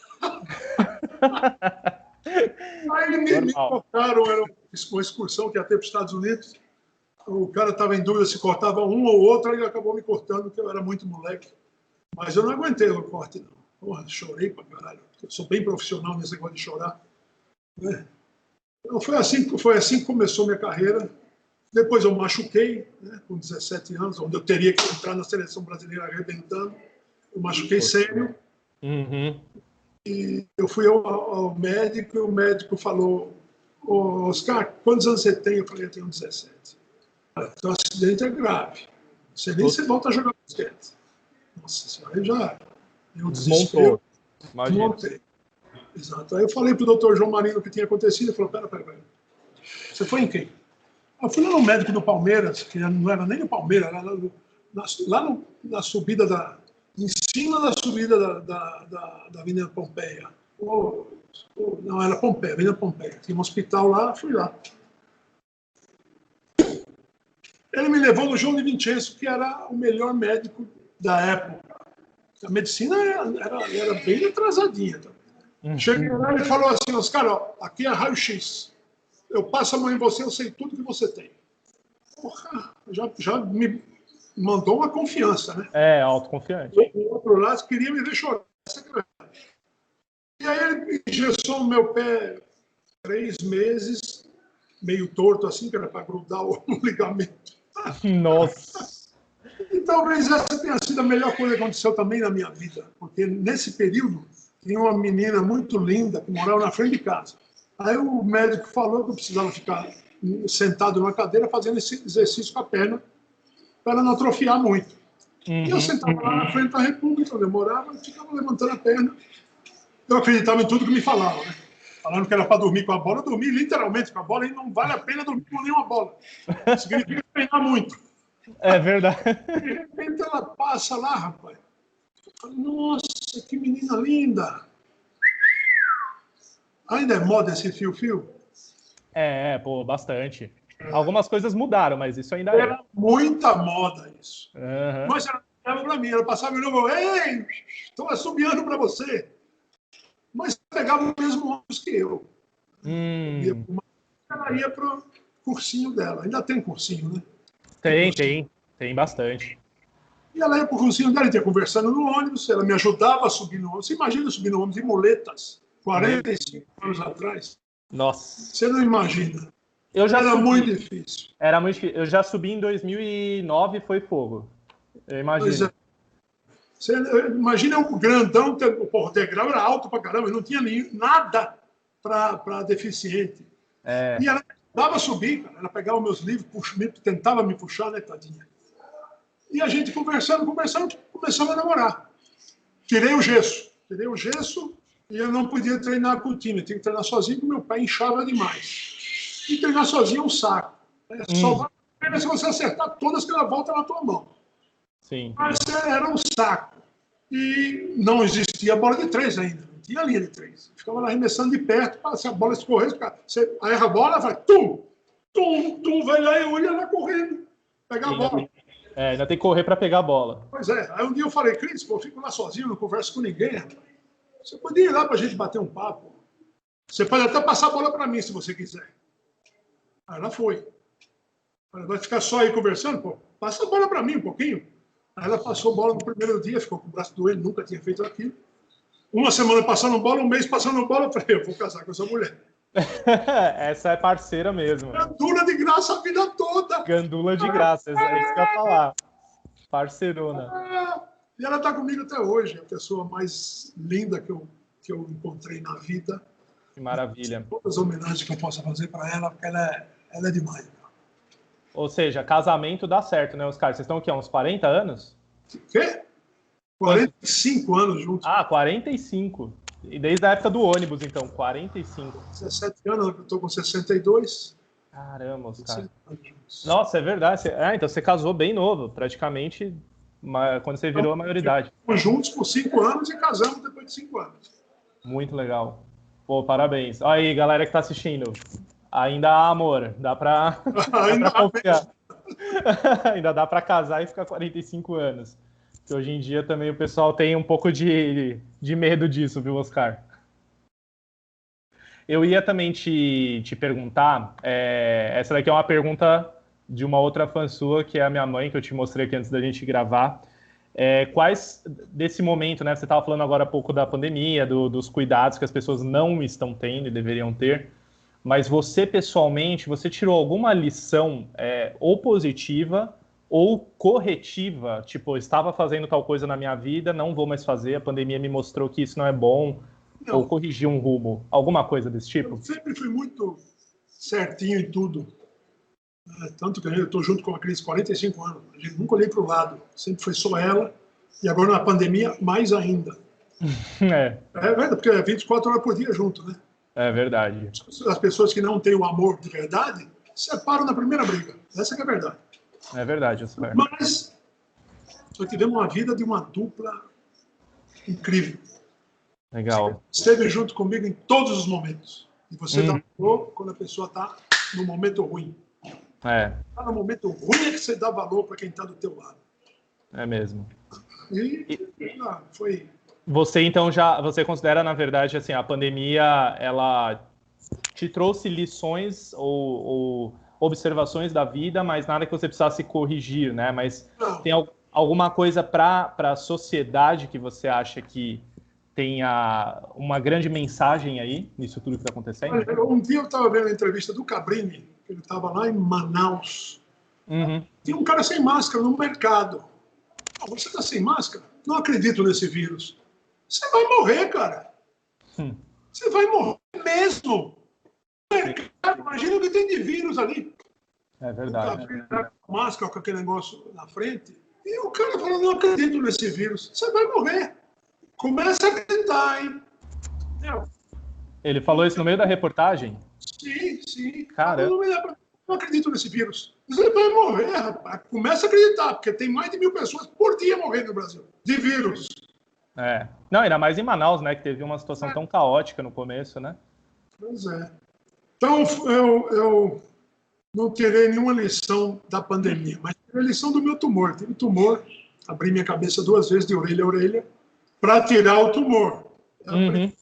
Aí me, me cortaram, era uma excursão que ia ter para os Estados Unidos. O cara estava em dúvida se cortava um ou outro, ele acabou me cortando, porque eu era muito moleque. Mas eu não aguentei o corte, não. Porra, chorei pra caralho. Eu sou bem profissional nesse negócio de chorar. Né? Então, foi, assim, foi assim que começou minha carreira. Depois eu machuquei, né, com dezessete anos, onde eu teria que entrar na seleção brasileira arrebentando. Eu machuquei sério. Uhum. E eu fui ao, ao médico e o médico falou: ô, Oscar, quantos anos você tem? Eu falei: eu tenho dezessete. Então, o acidente é grave. Você nem se volta a jogar basquete. Nossa senhora, aí já deu desmontou. Desmontei. Exato. Aí eu falei para o doutor João Marino o que tinha acontecido. Ele falou: pera, pera, pera. Você foi em quem? Eu fui lá no médico do Palmeiras, que não era nem no Palmeiras, era lá, no, na, lá no, na subida da... em cima da subida da, da, da, da Avenida Pompeia. Oh, oh, não, era Pompeia, Avenida Pompeia. Tinha um hospital lá, fui lá. Ele me levou no João de Vincenzo, que era o melhor médico da época. A medicina era, era, era bem atrasadinha. Uhum. Cheguei lá e ele falou assim: Oscar, ó, aqui é raio-x. Eu passo a mão em você, eu sei tudo que você tem. Porra, já, já me mandou uma confiança, né? É, autoconfiante. O outro lado queria me ver chorar. E aí ele engessou no meu pé três meses, meio torto assim, que era para grudar o ligamento. Nossa! E talvez essa tenha sido a melhor coisa que aconteceu também na minha vida, porque nesse período tinha uma menina muito linda que morava na frente de casa. Aí o médico falou que eu precisava ficar sentado numa cadeira fazendo esse exercício com a perna para ela não atrofiar muito. Uhum. E eu sentava lá na frente da República, onde eu morava, e ficava levantando a perna. Eu acreditava em tudo que me falavam, né? Falando que era para dormir com a bola, eu dormi literalmente com a bola, e não vale a pena dormir com nenhuma bola. Significa treinar muito. É verdade. De repente ela passa lá, rapaz. Eu falo, nossa, que menina linda. Ainda é moda esse fio-fio? É, pô, bastante. Algumas coisas mudaram, mas isso ainda é. Era muita moda isso. Uhum. Mas ela olhava para mim, ela passava e olhava, ei, estou assobiando para você. Mas pegava o mesmo ônibus que eu. Hum. Ela ia para o cursinho dela. Ainda tem cursinho, né? Tem, tem. Tem bastante. E ela ia para o cursinho dela, ia conversando no ônibus, ela me ajudava a subir no ônibus. Você imagina subir no ônibus de muletas, quarenta e cinco anos atrás? Nossa. Você não imagina. Eu já Era subi. muito difícil. Era muito difícil. Eu já subi em dois mil e nove, foi fogo. Eu imagino. Pois é. Você imagina o grandão, o degrau era alto pra caramba, não tinha nem, nada para deficiente. É. E ela dava subir, cara. Ela pegava meus livros, puxa, tentava me puxar, né, tadinha? E a gente conversando, conversando, começamos a namorar. Tirei o gesso. Tirei o gesso e eu não podia treinar com o time. Eu tinha que treinar sozinho, porque meu pé inchava demais. E treinar sozinho é um saco. É só vale a pena se você acertar todas que ela volta na tua mão. Sim. Mas era um saco. E não existia bola de três ainda. Não tinha linha de três. Eu ficava lá arremessando de perto, se a bola escorresse, você erra a bola, vai tum, tum, tum, vai lá e eu ia lá correndo, pegar a bola. É, ainda tem que correr para pegar a bola. Pois é. Aí um dia eu falei, Cris, pô, eu fico lá sozinho, não converso com ninguém. Você podia ir lá para a gente bater um papo. Você pode até passar a bola para mim, se você quiser. Aí ela foi. Vai ficar só aí conversando? Pô, passa a bola para mim um pouquinho. Aí ela passou bola no primeiro dia, ficou com o braço doendo, nunca tinha feito aquilo. Uma semana passando bola, um mês passando bola, eu falei, eu vou casar com essa mulher. Essa é parceira mesmo. Gandula de graça a vida toda. Gandula de graça, é isso que eu ia falar. Parceirona. Ah, e ela está comigo até hoje, a pessoa mais linda que eu, que eu encontrei na vida. Que maravilha. Todas as homenagens que eu possa fazer para ela, porque ela é, ela é demais. Ou seja, casamento dá certo, né, Oscar? Vocês estão aqui há uns quarenta anos? O quê? quarenta e cinco anos juntos. Ah, quarenta e cinco. E desde a época do ônibus, então, quarenta e cinco. dezessete anos, eu estou com sessenta e dois. Caramba, Oscar. Nossa, é verdade. Ah, então você casou bem novo, praticamente quando você virou a maioridade. Ficamos juntos por cinco anos e casamos depois de cinco anos. Muito legal. Pô, parabéns. Aí, galera que tá assistindo. Ainda há amor, dá pra, Ainda dá pra confiar. Ainda dá pra casar e ficar quarenta e cinco anos. Que hoje em dia também o pessoal tem um pouco de, de medo disso, viu, Oscar? Eu ia também te, te perguntar, é, essa daqui é uma pergunta de uma outra fã sua, que é a minha mãe, que eu te mostrei aqui antes da gente gravar. É, quais, desse momento, né, você estava falando agora há pouco da pandemia, do, dos cuidados que as pessoas não estão tendo e deveriam ter, mas você, pessoalmente, você tirou alguma lição é, ou positiva ou corretiva? Tipo, estava fazendo tal coisa na minha vida, não vou mais fazer, a pandemia me mostrou que isso não é bom, não. Ou corrigir um rumo, alguma coisa desse tipo? Eu sempre fui muito certinho em tudo. É, tanto que eu estou junto com a Cris há quarenta e cinco anos. A gente nunca olhei para o lado, sempre foi só ela. E agora na pandemia, mais ainda. É. É verdade, porque é vinte e quatro horas por dia junto, né? É verdade. As pessoas que não têm o amor de verdade separam na primeira briga. Essa que é a verdade. É verdade, Oscar. Mas só tivemos uma vida de uma dupla incrível. Legal. Você esteve junto comigo em todos os momentos. E você hum. dá valor quando a pessoa está no momento ruim. É. Está no momento ruim é que você dá valor para quem está do teu lado. É mesmo. E, e ah, foi... Você, então, já você considera, na verdade, assim, a pandemia, ela te trouxe lições ou, ou observações da vida, mas nada que você precisasse corrigir, né? Mas Não. tem al- alguma coisa para a sociedade que você acha que tenha uma grande mensagem aí, nisso tudo que está acontecendo? Olha, um dia eu estava vendo a entrevista do Cabrini, ele estava lá em Manaus. Uhum. Tinha um cara sem máscara no mercado. Oh, você está sem máscara? Não acredito nesse vírus. Você vai morrer, cara. Hum. Você vai morrer mesmo. É, cara, imagina o que tem de vírus ali. É verdade. Tá com máscara, com aquele negócio na frente. E o cara falou, não acredito nesse vírus. Você vai morrer. Começa a acreditar, hein? É. Ele falou isso no meio da reportagem? Sim, sim. Cara, eu não, não acredito nesse vírus. Você vai morrer, rapaz. Começa a acreditar, porque tem mais de mil pessoas por dia morrendo no Brasil, de vírus. É. Não, ainda mais em Manaus, né, que teve uma situação é. tão caótica no começo, né? Pois é. Então, eu, eu não tirei nenhuma lição da pandemia, mas tirei a lição do meu tumor. Tive tumor, abri minha cabeça duas vezes, de orelha a orelha, para tirar o tumor. Uhum.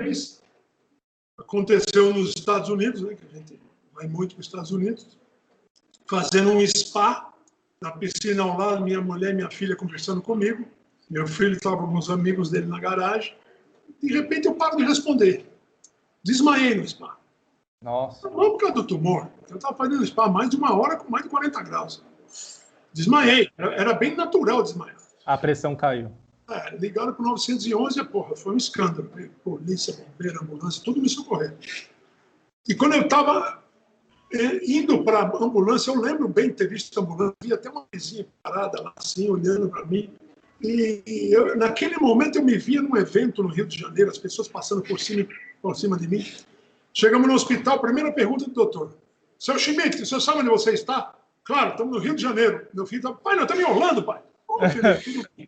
Aconteceu nos Estados Unidos, né, que a gente vai muito para os Estados Unidos, fazendo um spa na piscina ao lado, minha mulher e minha filha conversando comigo. Meu filho estava com alguns amigos dele na garagem. De repente eu paro de responder. Desmaiei no spa. Nossa. Não por causa do tumor. Eu estava fazendo spa mais de uma hora com mais de quarenta graus. Desmaiei. Era, era bem natural desmaiar. A pressão caiu. É, ligaram para o novecentos e onze, porra, foi um escândalo. Polícia, bombeiro, ambulância, tudo me socorreu. E quando eu estava indo para a ambulância, eu lembro bem de ter visto a ambulância, havia até uma vizinha parada lá, assim, olhando para mim. E, e eu, naquele momento eu me via num evento no Rio de Janeiro, as pessoas passando por cima, por cima de mim. Chegamos no hospital, primeira pergunta do doutor. Seu Schmidt, o senhor sabe onde você está? Claro, estamos no Rio de Janeiro. Meu filho está, pai, nós estamos em Orlando, pai. Ô, filho, tudo bem.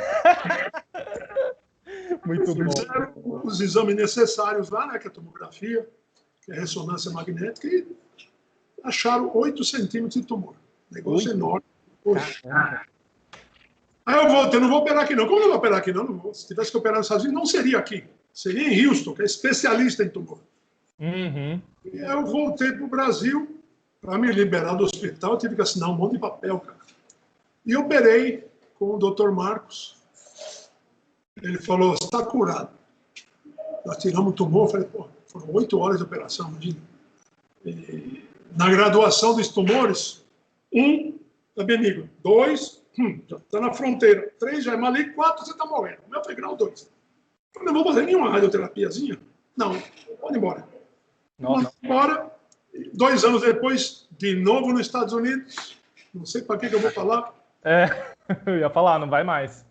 Muito bom. Fizeram os exames necessários lá, né, que é a tomografia, que é a ressonância magnética, e acharam oito centímetros de tumor. Negócio Oi. enorme. Aí eu voltei, eu não vou operar aqui não. Como eu não vou operar aqui não? não vou. Se tivesse que operar nos Estados Unidos, não seria aqui. Seria em Houston, que é especialista em tumor. Uhum. E eu voltei para o Brasil, para me liberar do hospital, eu tive que assinar um monte de papel, cara. E operei com o doutor Marcos. Ele falou, você está curado. Nós tiramos o tumor, eu falei, pô, foram oito horas de operação, imagina. E, na graduação dos tumores, um é benigno, dois, hum, já está na fronteira, três já é maligno, quatro você está morrendo. O meu foi grau dois. Eu não vou fazer nenhuma radioterapiazinha? Não, pode ir embora. Vamos embora. Dois anos depois, de novo nos Estados Unidos, não sei para que, que eu vou falar. É, eu ia falar, não vai mais.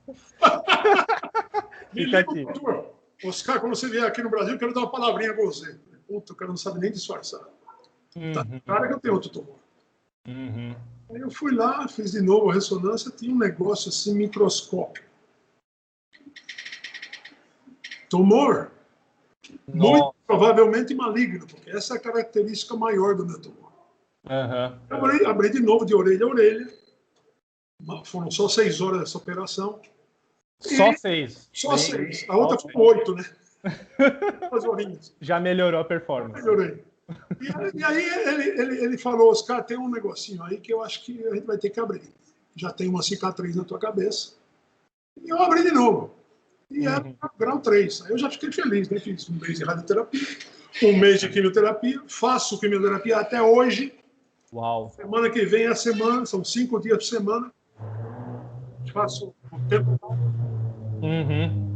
Fica aqui. Oscar, quando você vier aqui no Brasil, eu quero dar uma palavrinha com você. Puta, o cara não sabe nem disfarçar. Uhum. Tá, cara que eu tenho outro tumor. Uhum. Aí eu fui lá, fiz de novo a ressonância, tinha um negócio assim, microscópio. Tumor, Nossa. muito provavelmente maligno, porque essa é a característica maior do meu tumor. Uhum. Eu abri, abri de novo de orelha a orelha. Foram só seis horas dessa operação. Só seis? Só seis. A outra foi oito, né? As horinhas. Já melhorou a performance. Melhorei. E, e aí ele, ele, ele falou, Oscar, tem um negocinho aí que eu acho que a gente vai ter que abrir. Já tem uma cicatriz na tua cabeça. E eu abri de novo. E é uhum. grau três. Aí eu já fiquei feliz, né? Fiz um mês de radioterapia, um mês de quimioterapia, faço quimioterapia até hoje. Uau. Semana que vem é a semana, são cinco dias por semana. Faço o tempo. Uhum.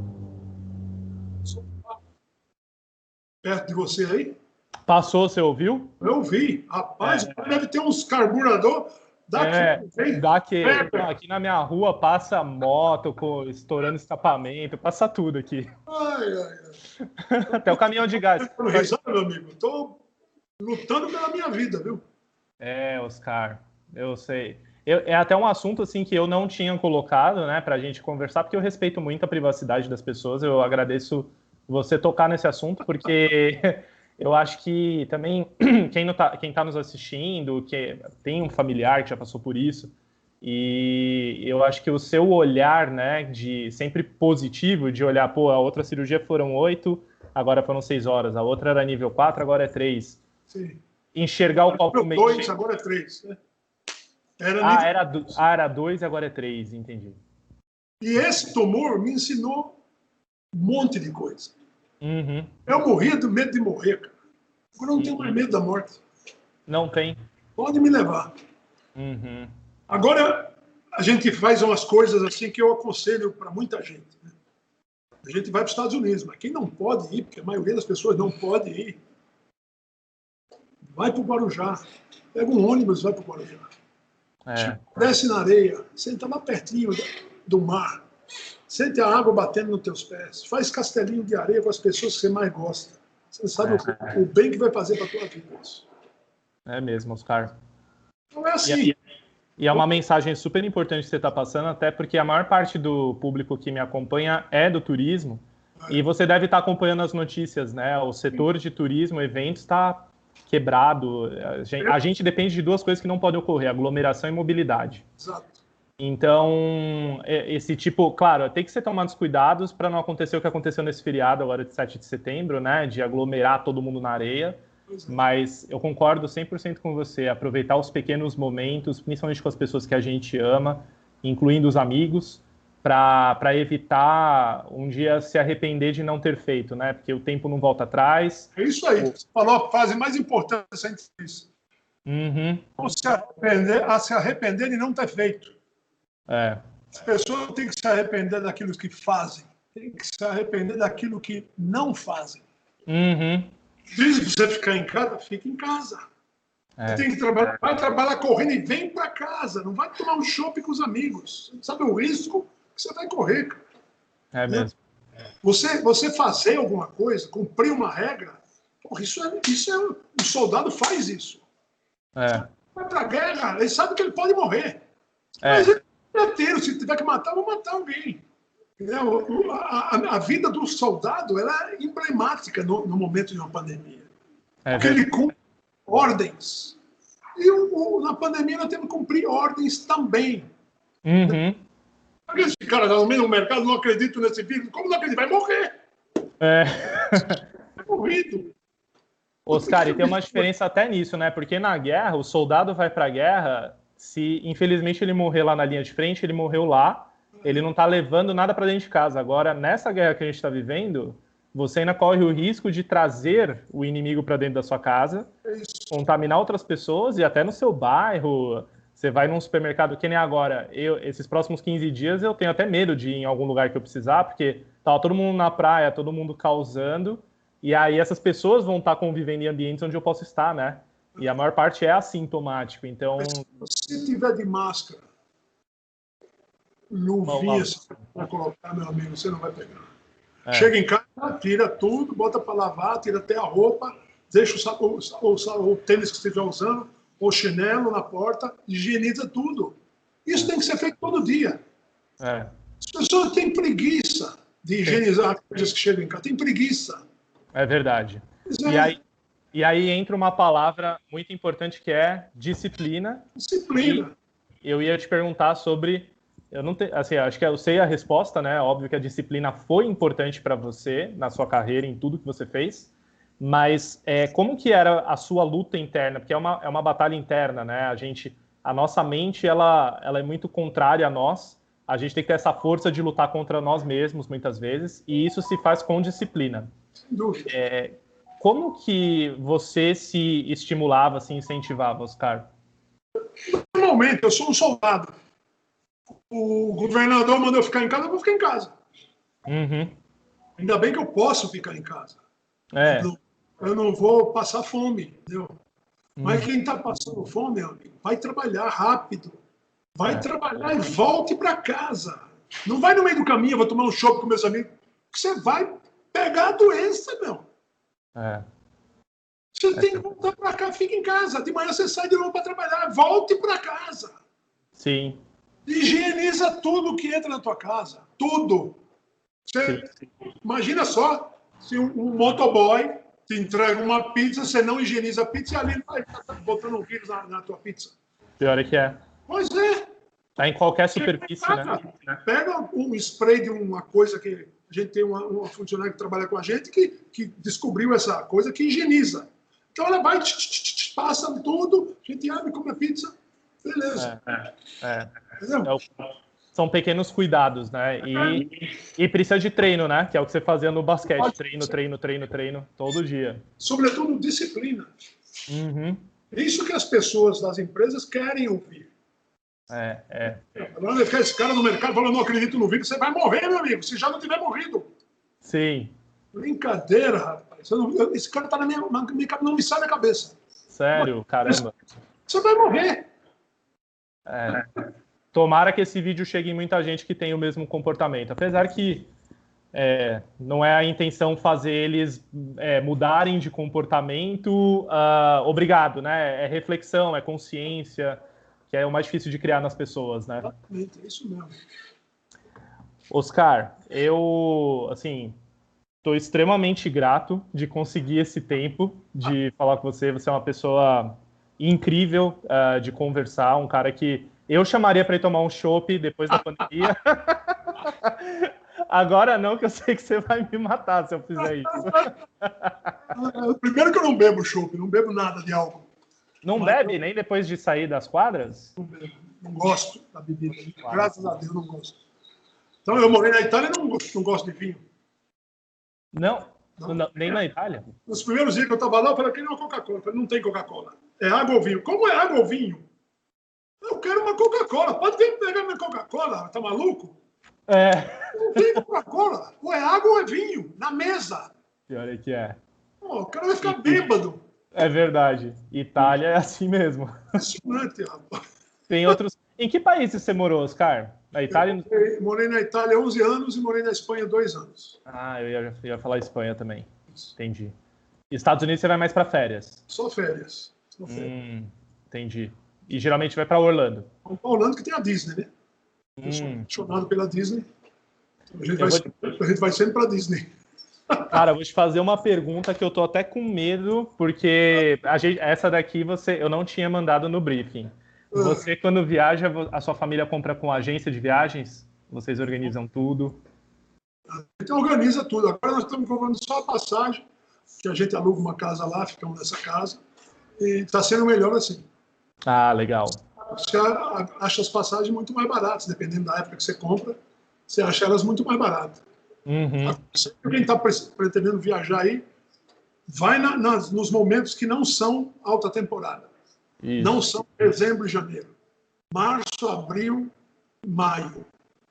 Perto de você aí? Passou, você ouviu? Eu vi. Rapaz, é. deve ter uns carburador daqui. É, daqui. É. Aqui na minha rua passa moto, com, estourando escapamento, passa tudo aqui. Ai, ai, ai. Até o caminhão de gás. Tô risada, meu amigo. Estou lutando pela minha vida, viu? É, Oscar, eu sei. Eu, é até um assunto assim que eu não tinha colocado, né, para a gente conversar, porque eu respeito muito a privacidade das pessoas. Eu agradeço você tocar nesse assunto, porque eu acho que também quem não tá, quem tá nos assistindo, que tem um familiar que já passou por isso, e eu acho que o seu olhar, né, de sempre positivo, de olhar, pô, a outra cirurgia foram oito, agora foram seis horas, a outra era nível quatro, agora é três. Sim. Enxergar o copo meio dois, agora é três, né? Era ah, era do... ah, era dois, agora é três, entendi. E esse tumor me ensinou um monte de coisa. Uhum. Eu morria do medo de morrer, cara. Agora eu não tenho mais medo da morte. Não tem? Pode me levar. Uhum. Agora, a gente faz umas coisas assim que eu aconselho para muita gente. Né? A gente vai para os Estados Unidos, mas quem não pode ir, porque a maioria das pessoas não pode ir, vai para o Guarujá. Pega um ônibus e vai para o Guarujá. É. Desce na areia, senta lá pertinho do mar. Sente a água batendo nos teus pés. Faz castelinho de areia com as pessoas que você mais gosta. Você sabe é. o, o bem que vai fazer para a tua vida isso. É mesmo, Oscar. Não é assim. E, e é uma mensagem super importante que você está passando, até porque a maior parte do público que me acompanha é do turismo. É. E você deve estar acompanhando as notícias, né? O setor de turismo, eventos, está quebrado. A gente, a gente depende de duas coisas que não podem ocorrer: aglomeração e mobilidade. Exato. Então, esse tipo, claro, tem que ser tomados cuidados para não acontecer o que aconteceu nesse feriado agora de sete de setembro, né? De aglomerar todo mundo na areia. Mas eu concordo cem por cento com você, aproveitar os pequenos momentos, principalmente com as pessoas que a gente ama, incluindo os amigos, para evitar um dia se arrepender de não ter feito, né? Porque o tempo não volta atrás. É isso aí, você falou a frase mais importante dessa entrevista. Uhum. Não se arrepender, a se arrepender de não ter feito. É. As pessoas têm que se arrepender daquilo que fazem, têm que se arrepender daquilo que não fazem. Uhum. Diz que você ficar em casa, fica em casa. É. Você tem que trabalhar, vai trabalhar correndo e vem para casa. Não vai tomar um chopp com os amigos. Você sabe o risco que você vai correr, cara. É mesmo. Você, você fazer alguma coisa, cumprir uma regra, porra, isso é, isso é. O soldado faz isso. É. Vai pra guerra, ele sabe que ele pode morrer. É. Mas ele é tiro, se tiver que matar, vou matar alguém. A, a, a vida do soldado ela é emblemática no, no momento de uma pandemia. É porque ele cumpre ordens. E o, o, na pandemia nós temos que cumprir ordens também. Uhum. Esse cara no meio do mercado, não acredito nesse vírus. Como não acredita? Vai morrer. É. Vai morrido. Oscar, e tem uma diferença até nisso, né? Porque na guerra, o soldado vai para a guerra, se infelizmente ele morrer lá na linha de frente, ele morreu lá. Ele não está levando nada para dentro de casa. Agora, nessa guerra que a gente está vivendo, você ainda corre o risco de trazer o inimigo para dentro da sua casa, contaminar outras pessoas e até no seu bairro. Você vai num supermercado, que nem agora. Eu, esses próximos quinze dias eu tenho até medo de ir em algum lugar que eu precisar, porque tá todo mundo na praia, todo mundo causando, e aí essas pessoas vão estar convivendo em ambientes onde eu posso estar, né? E a maior parte é assintomático, então... Se tiver de máscara, luvinha para colocar, meu amigo, você não vai pegar. É. Chega em casa, tira tudo, bota para lavar, tira até a roupa, deixa o, o, o, o tênis que você estiver usando, ou chinelo na porta, higieniza tudo. Isso tem que ser feito todo dia. É. As pessoas têm preguiça de higienizar as coisas que chegam em casa, tem preguiça. É verdade. É. E aí, e aí entra uma palavra muito importante que é disciplina. Disciplina. E eu ia te perguntar sobre... Eu não te, assim, acho que eu sei a resposta, né? Óbvio que a disciplina foi importante para você na sua carreira, em tudo que você fez. Mas é, como que era a sua luta interna? Porque é uma, é uma batalha interna, né? A gente, a nossa mente, ela, ela é muito contrária a nós. A gente tem que ter essa força de lutar contra nós mesmos, muitas vezes. E isso se faz com disciplina. Sem dúvida. É, como que você se estimulava, se incentivava, Oscar? Normalmente, eu sou um soldado. O governador mandou eu ficar em casa, eu vou ficar em casa. Uhum. Ainda bem que eu posso ficar em casa. É. Eu, não, eu não vou passar fome, entendeu? Uhum. Mas quem está passando fome, meu amigo, vai trabalhar rápido. Vai é. trabalhar e volte para casa. Não vai no meio do caminho, eu vou tomar um chopp com meus amigos. Você vai pegar a doença, meu. É. Você é. tem que voltar para cá, fica em casa. De manhã você sai de novo para trabalhar. Volte para casa. Sim. Higieniza tudo que entra na tua casa. Tudo. Você, imagina só se um, um motoboy te entrega uma pizza, você não higieniza a pizza e ali ele vai estar botando um vírus na, na tua pizza. Pior é que é. Pois é. Tá em qualquer superfície, pega, né? Pega um spray de uma coisa que a gente tem uma, uma funcionária que trabalha com a gente que, que descobriu essa coisa que higieniza. Então ela vai, tch, tch, tch, passa tudo, a gente abre, come a pizza, beleza. É, é, é. São pequenos cuidados, né? E, e precisa de treino, né? Que é o que você fazia no basquete. Treino, treino, treino, treino, todo dia. Sobretudo disciplina. Uhum. Isso que as pessoas das empresas querem ouvir. É, é. Agora vai ficar esse cara no mercado falando, não acredito no vírus, você vai morrer, meu amigo, se já não tiver morrido. Sim. Brincadeira, rapaz. Eu não, eu, esse cara tá na minha, na minha, não me sai da cabeça. Sério? Caramba. Você vai morrer. É. Tomara que esse vídeo chegue em muita gente que tem o mesmo comportamento. Apesar que é, não é a intenção fazer eles é, mudarem de comportamento. Uh, obrigado, né? É reflexão, é consciência, que é o mais difícil de criar nas pessoas, né? Exatamente, é isso mesmo. Oscar, eu, assim, estou extremamente grato de conseguir esse tempo de falar com você. Você é uma pessoa incrível uh, de conversar, um cara que eu chamaria para ir tomar um chopp depois da pandemia. Agora não, que eu sei que você vai me matar se eu fizer isso. Primeiro que eu não bebo chopp, não bebo nada de álcool. Não Mas bebe eu... nem depois de sair das quadras? Não bebo, não gosto da bebida. Claro. Graças a Deus, não gosto. Então, eu morei na Itália e não, não gosto de vinho. Não? não? Nem na Itália? Nos primeiros dias que eu estava lá, eu falei, aqui não é Coca-Cola. Eu falei, não tem Coca-Cola. É água ou vinho. Como é água ou vinho? Eu quero uma Coca-Cola. Pode vir pegar minha Coca-Cola. Tá maluco? É. Não tem Coca-Cola. Ou é água ou é vinho. Na mesa. Pior é que é. Pô, o cara vai ficar bêbado. É verdade. Itália é assim mesmo. Impressionante, rapaz. Tem outros... Em que países você morou, Oscar? Na Itália? Eu morei, morei na Itália onze anos e morei na Espanha dois anos. Ah, eu ia, ia falar Espanha também. Entendi. Estados Unidos você vai mais para férias? Só férias. Só férias. Hum, entendi. E geralmente vai para Orlando? Para Orlando que tem a Disney, né? Eu sou Hum. apaixonado pela Disney. A gente, vai, vou... a gente vai sempre para a Disney. Cara, eu vou te fazer uma pergunta que eu tô até com medo, porque a gente, essa daqui você, eu não tinha mandado no briefing. Você, quando viaja, a sua família compra com agência de viagens? Vocês organizam tudo? A gente organiza tudo. Agora nós estamos comprando só a passagem, que a gente aluga uma casa lá, ficamos nessa casa, e está sendo melhor assim. Ah, legal. Você acha as passagens muito mais baratas, dependendo da época que você compra, você acha elas muito mais baratas. Uhum. Quem está pretendendo viajar aí, vai na, nas, nos momentos que não são alta temporada. Isso. Não são dezembro e janeiro. Março, abril, maio.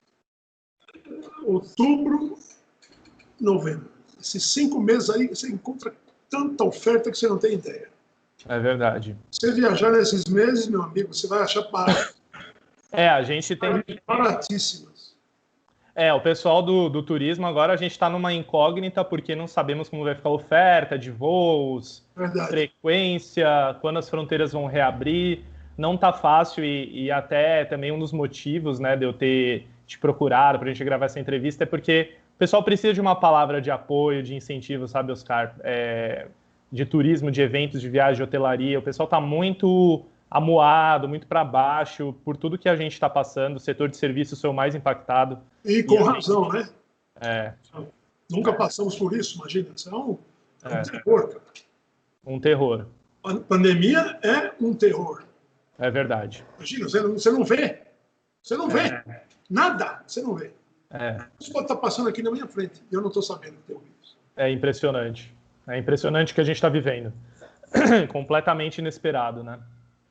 Outubro, novembro. Esses cinco meses aí, você encontra tanta oferta que você não tem ideia. É verdade. Se você viajar nesses meses, meu amigo, você vai achar barato. É, a gente tem... Baratíssimas. É, o pessoal do, do turismo agora a gente está numa incógnita porque não sabemos como vai ficar a oferta de voos, Verdade. frequência, quando as fronteiras vão reabrir. Não tá fácil e, e até também um dos motivos, né, de eu ter te procurado para a gente gravar essa entrevista é porque o pessoal precisa de uma palavra de apoio, de incentivo, sabe, Oscar? É, de turismo, de eventos, de viagem, de hotelaria. O pessoal está muito amuado, muito para baixo por tudo que a gente está passando. O setor de serviços foi o mais impactado. E com e razão, gente... né? É. Nunca passamos por isso, imagina. Isso é um, é um é. terror, cara. Um terror. A pandemia é um terror. É verdade. Imagina, você não, você não vê. Você não vê. É. Nada, você não vê. É. Isso pode estar passando aqui na minha frente. E eu não estou sabendo que tem um vírus. É impressionante. É impressionante o que a gente está vivendo. Completamente inesperado, né?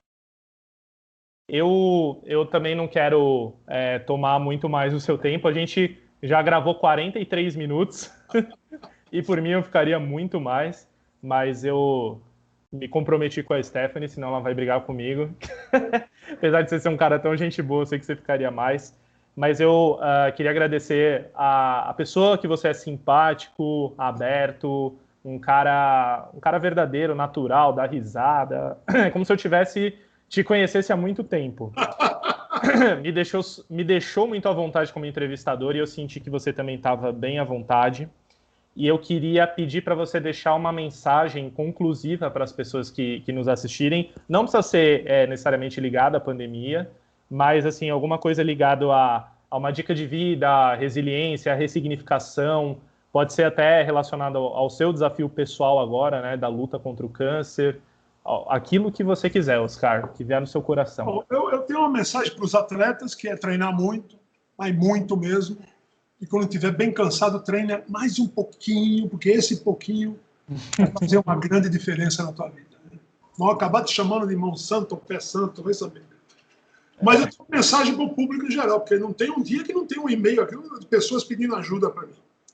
Eu, eu também não quero é, tomar muito mais o seu tempo. A gente já gravou quarenta e três minutos e por mim eu ficaria muito mais, mas eu me comprometi com a Stephanie, senão ela vai brigar comigo. Apesar de você ser um cara tão gente boa, eu sei que você ficaria mais. Mas eu uh, queria agradecer a, a pessoa que você é simpático, aberto, um cara, um cara verdadeiro, natural, dá risada. É como se eu tivesse... te conhecesse há muito tempo. me, deixou, me deixou muito à vontade como entrevistador e eu senti que você também estava bem à vontade. E eu queria pedir para você deixar uma mensagem conclusiva para as pessoas que, que nos assistirem. Não precisa ser é, necessariamente ligada à pandemia, mas assim, alguma coisa ligada a, a uma dica de vida, a resiliência, a ressignificação. Pode ser até relacionado ao, ao seu desafio pessoal agora, né, da luta contra o câncer. Aquilo que você quiser, Oscar, que vier no seu coração. Bom, eu, eu tenho uma mensagem para os atletas, que é treinar muito, mas muito mesmo. E quando estiver bem cansado, treina mais um pouquinho, porque esse pouquinho vai fazer uma grande diferença na tua vida. Né? Vão acabar te chamando de mão santa ou pé santo, vai saber. Mas eu tenho uma mensagem para o público em geral, porque não tem um dia que não tem um e-mail aqui de pessoas pedindo ajuda para mim.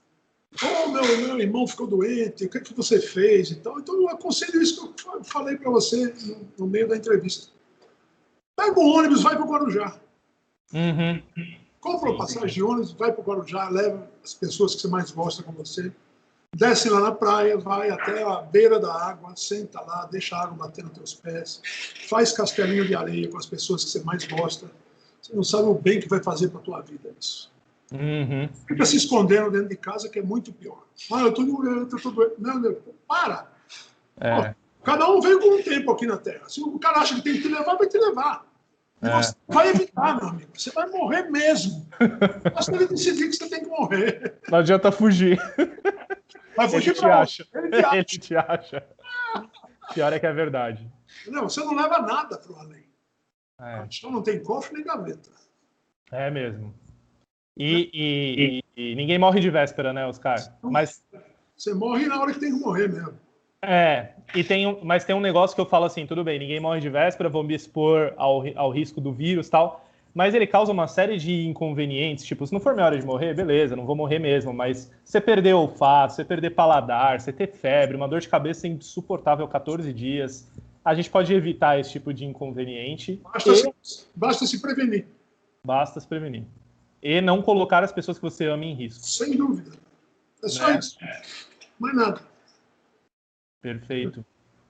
Oh, meu, meu irmão ficou doente, o que, é que você fez? Então, então, eu aconselho isso que eu falei para você no, no meio da entrevista. Pega o ônibus, vai para o Guarujá. Uhum. Compra uma passagem de ônibus, vai para o Guarujá, leva as pessoas que você mais gosta com você. Desce lá na praia, vai até a beira da água, senta lá, deixa a água bater nos teus pés, faz castelinho de areia com as pessoas que você mais gosta. Você não sabe o bem que vai fazer para a tua vida isso. Uhum. Fica se escondendo dentro de casa, que é muito pior. Ah, eu tô doente, eu tô doente. Não, não, para! É. Ó, cada um veio com um tempo aqui na Terra. Se o cara acha que tem que te levar, vai te levar. E É. você vai evitar, meu amigo. Você vai morrer mesmo. Basta ele decidir que você tem que morrer. Não adianta fugir. Vai fugir Ele te pra acha. Ele te acha. Ele te acha. Pior é que é verdade. Não, você não leva nada pro além. É. Então não tem cofre nem gaveta. É mesmo. E, e, e, e ninguém morre de véspera, né, Oscar? Mas você morre na hora que tem que morrer mesmo. É, e tem um, mas tem um negócio que eu falo assim, tudo bem, ninguém morre de véspera, vou me expor ao, ao risco do vírus e tal, mas ele causa uma série de inconvenientes, tipo, se não for minha hora de morrer, beleza, não vou morrer mesmo, mas você perder o olfato, você perder paladar, você ter febre, uma dor de cabeça insuportável quatorze dias, a gente pode evitar esse tipo de inconveniente. Basta, e... se, basta se prevenir. Basta se prevenir. E não colocar as pessoas que você ama em risco. Sem dúvida. É só né? isso. Mais nada. Perfeito.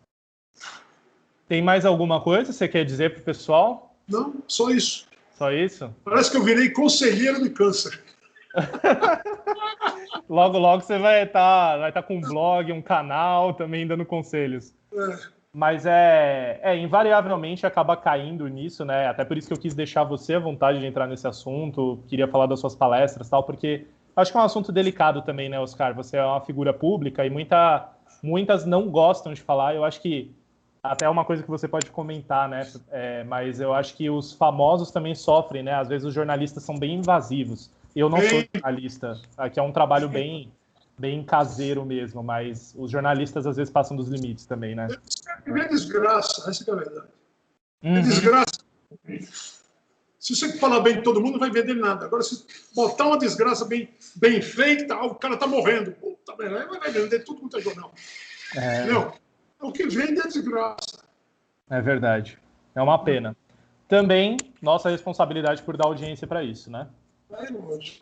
Tem mais alguma coisa que você quer dizer para o pessoal? Não, só isso. Só isso? Parece que eu virei conselheiro de câncer. Logo, logo você vai estar vai tá com um blog, um canal, também dando conselhos. É. Mas é, é, invariavelmente acaba caindo nisso, né? Até por isso que eu quis deixar você à vontade de entrar nesse assunto, queria falar das suas palestras e tal, porque acho que é um assunto delicado também, né, Oscar? Você é uma figura pública e muita, muitas não gostam de falar. Eu acho que até é uma coisa que você pode comentar, né? É, mas eu acho que os famosos também sofrem, né? Às vezes os jornalistas são bem invasivos. Eu não sou jornalista, aqui é um trabalho bem, bem caseiro mesmo, mas os jornalistas às vezes passam dos limites também, né? É desgraça, essa é a verdade. Uhum. É desgraça. Se você falar bem de todo mundo, não vai vender nada. Agora, se botar uma desgraça bem, bem feita, o cara tá morrendo. Puta merda, vai vender tudo quanto é jornal. É... Não, o que vende é desgraça. É verdade. É uma pena. Também, nossa responsabilidade por dar audiência para isso, né? É lógico.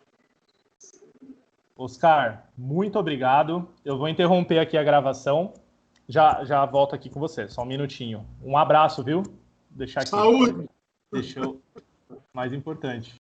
Oscar, muito obrigado. Eu vou interromper aqui a gravação. Já, já volto aqui com você, só um minutinho. Um abraço, viu? Deixar aqui. Saúde! Deixa eu... Mais importante.